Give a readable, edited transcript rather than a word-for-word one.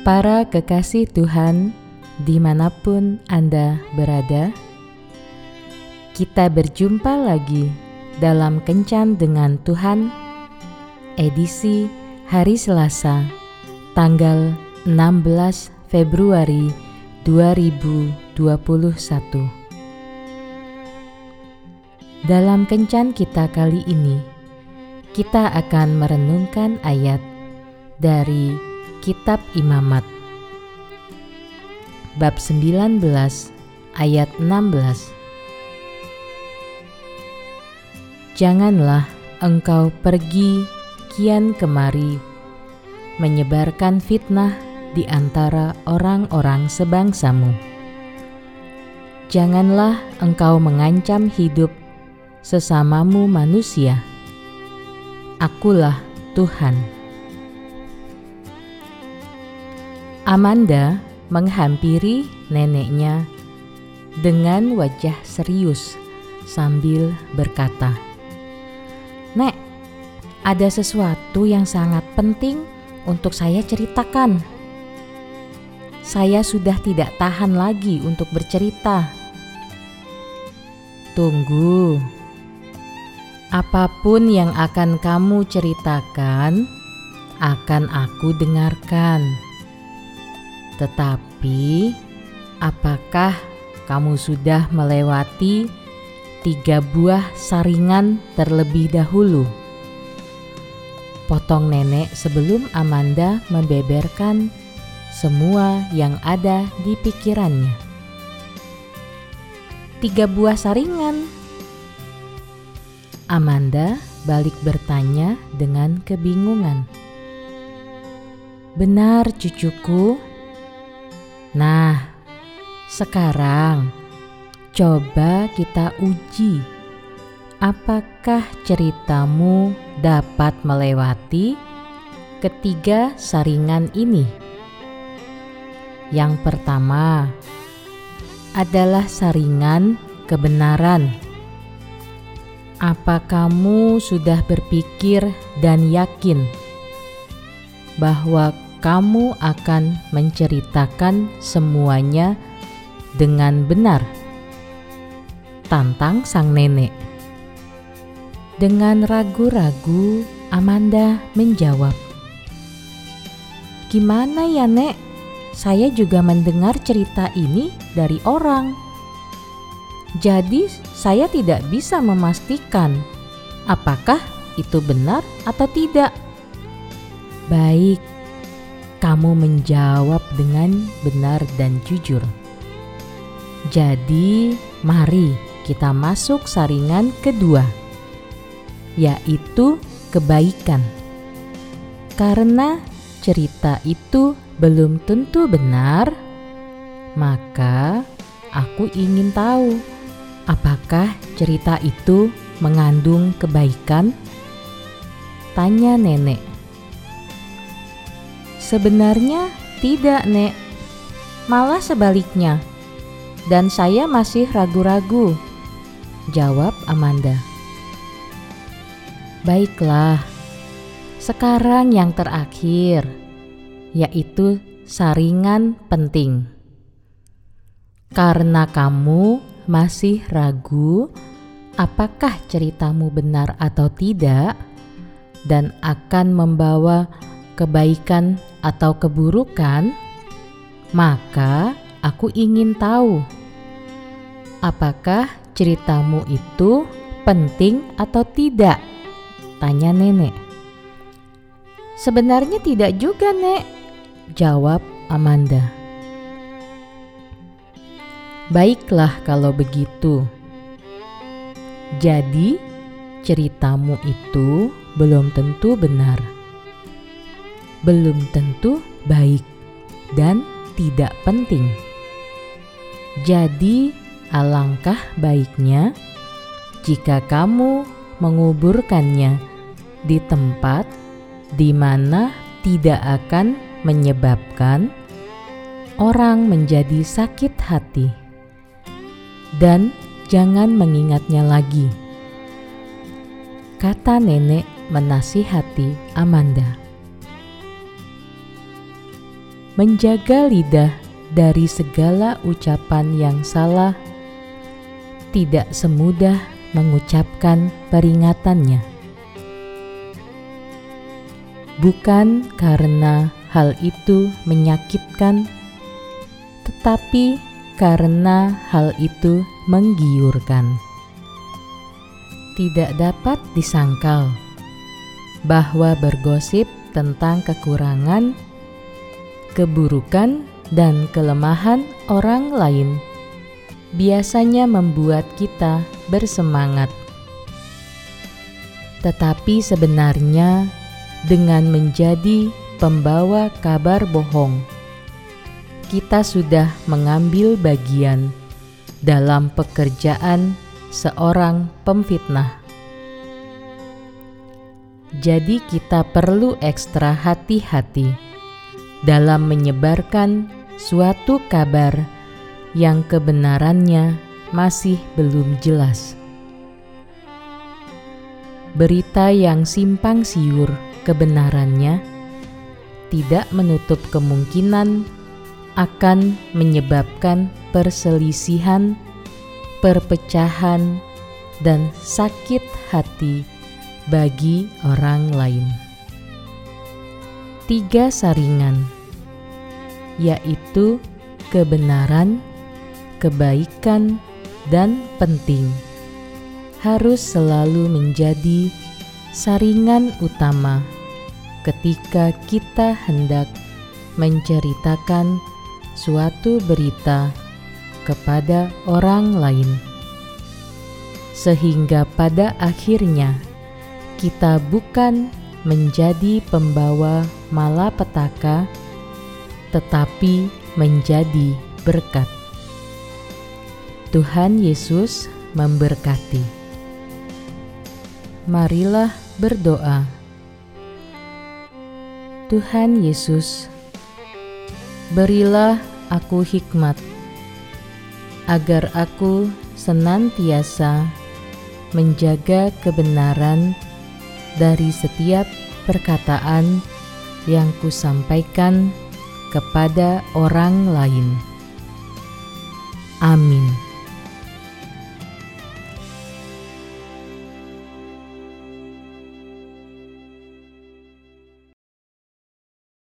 Para kekasih Tuhan, dimanapun Anda berada, kita berjumpa lagi dalam Kencan dengan Tuhan, edisi hari Selasa, tanggal 16 Februari 2021. Dalam Kencan kita kali ini, kita akan merenungkan ayat dari Kitab Imamat, bab 19 ayat 16. Janganlah engkau pergi kian kemari menyebarkan fitnah di antara orang-orang sebangsamu. Janganlah engkau mengancam hidup sesamamu manusia. Akulah Tuhan. Amanda menghampiri neneknya dengan wajah serius sambil berkata, "Nek, ada sesuatu yang sangat penting untuk saya ceritakan. Saya sudah tidak tahan lagi untuk bercerita." "Tunggu. Apapun yang akan kamu ceritakan, akan aku dengarkan. Tetapi, apakah kamu sudah melewati 3 buah saringan terlebih dahulu?" Potong nenek sebelum Amanda membeberkan semua yang ada di pikirannya. 3 buah saringan. Amanda balik bertanya dengan kebingungan. "Benar, cucuku. Nah, sekarang coba kita uji apakah ceritamu dapat melewati ketiga saringan ini. Yang pertama adalah saringan kebenaran. Apa kamu sudah berpikir dan yakin bahwa kamu akan menceritakan semuanya dengan benar?" tantang sang nenek. Dengan ragu-ragu, Amanda menjawab, "Gimana ya, Nek? Saya juga mendengar cerita ini dari orang. Jadi saya tidak bisa memastikan apakah itu benar atau tidak." "Baik, kamu menjawab dengan benar dan jujur. Jadi mari kita masuk saringan kedua, yaitu kebaikan. Karena cerita itu belum tentu benar, maka aku ingin tahu apakah cerita itu mengandung kebaikan?" tanya nenek. "Sebenarnya tidak, Nek. Malah sebaliknya. Dan saya masih ragu-ragu," jawab Amanda. "Baiklah, sekarang yang terakhir, yaitu saringan penting. Karena kamu masih ragu apakah ceritamu benar atau tidak, dan akan membawa kebaikan atau keburukan, maka aku ingin tahu apakah ceritamu itu penting atau tidak?" tanya nenek. "Sebenarnya tidak juga, Nek," jawab Amanda. "Baiklah kalau begitu. Jadi ceritamu itu belum tentu benar, belum tentu baik, dan tidak penting. Jadi alangkah baiknya jika kamu menguburkannya di tempat di mana tidak akan menyebabkan orang menjadi sakit hati, dan jangan mengingatnya lagi," kata nenek menasihati Amanda. menjaga lidah dari segala ucapan yang salah, tidak semudah mengucapkan peringatannya. Bukan karena hal itu menyakitkan, tetapi karena hal itu menggiurkan. Tidak dapat disangkal bahwa bergosip tentang kekurangan, keburukan, dan kelemahan orang lain biasanya membuat kita bersemangat. Tetapi sebenarnya, dengan menjadi pembawa kabar bohong, kita sudah mengambil bagian dalam pekerjaan seorang pemfitnah. Jadi kita perlu ekstra hati-hati dalam menyebarkan suatu kabar yang kebenarannya masih belum jelas. Berita yang simpang siur kebenarannya tidak menutup kemungkinan akan menyebabkan perselisihan, perpecahan, dan sakit hati bagi orang lain. 3 saringan, yaitu kebenaran, kebaikan, dan penting, harus selalu menjadi saringan utama ketika kita hendak menceritakan suatu berita kepada orang lain, sehingga pada akhirnya kita bukan menjadi pembawa malapetaka, tetapi menjadi berkat. Tuhan Yesus memberkati. Marilah berdoa. Tuhan Yesus, berilah aku hikmat, agar aku senantiasa menjaga kebenaran dari setiap perkataan yang kusampaikan kepada orang lain. Amin.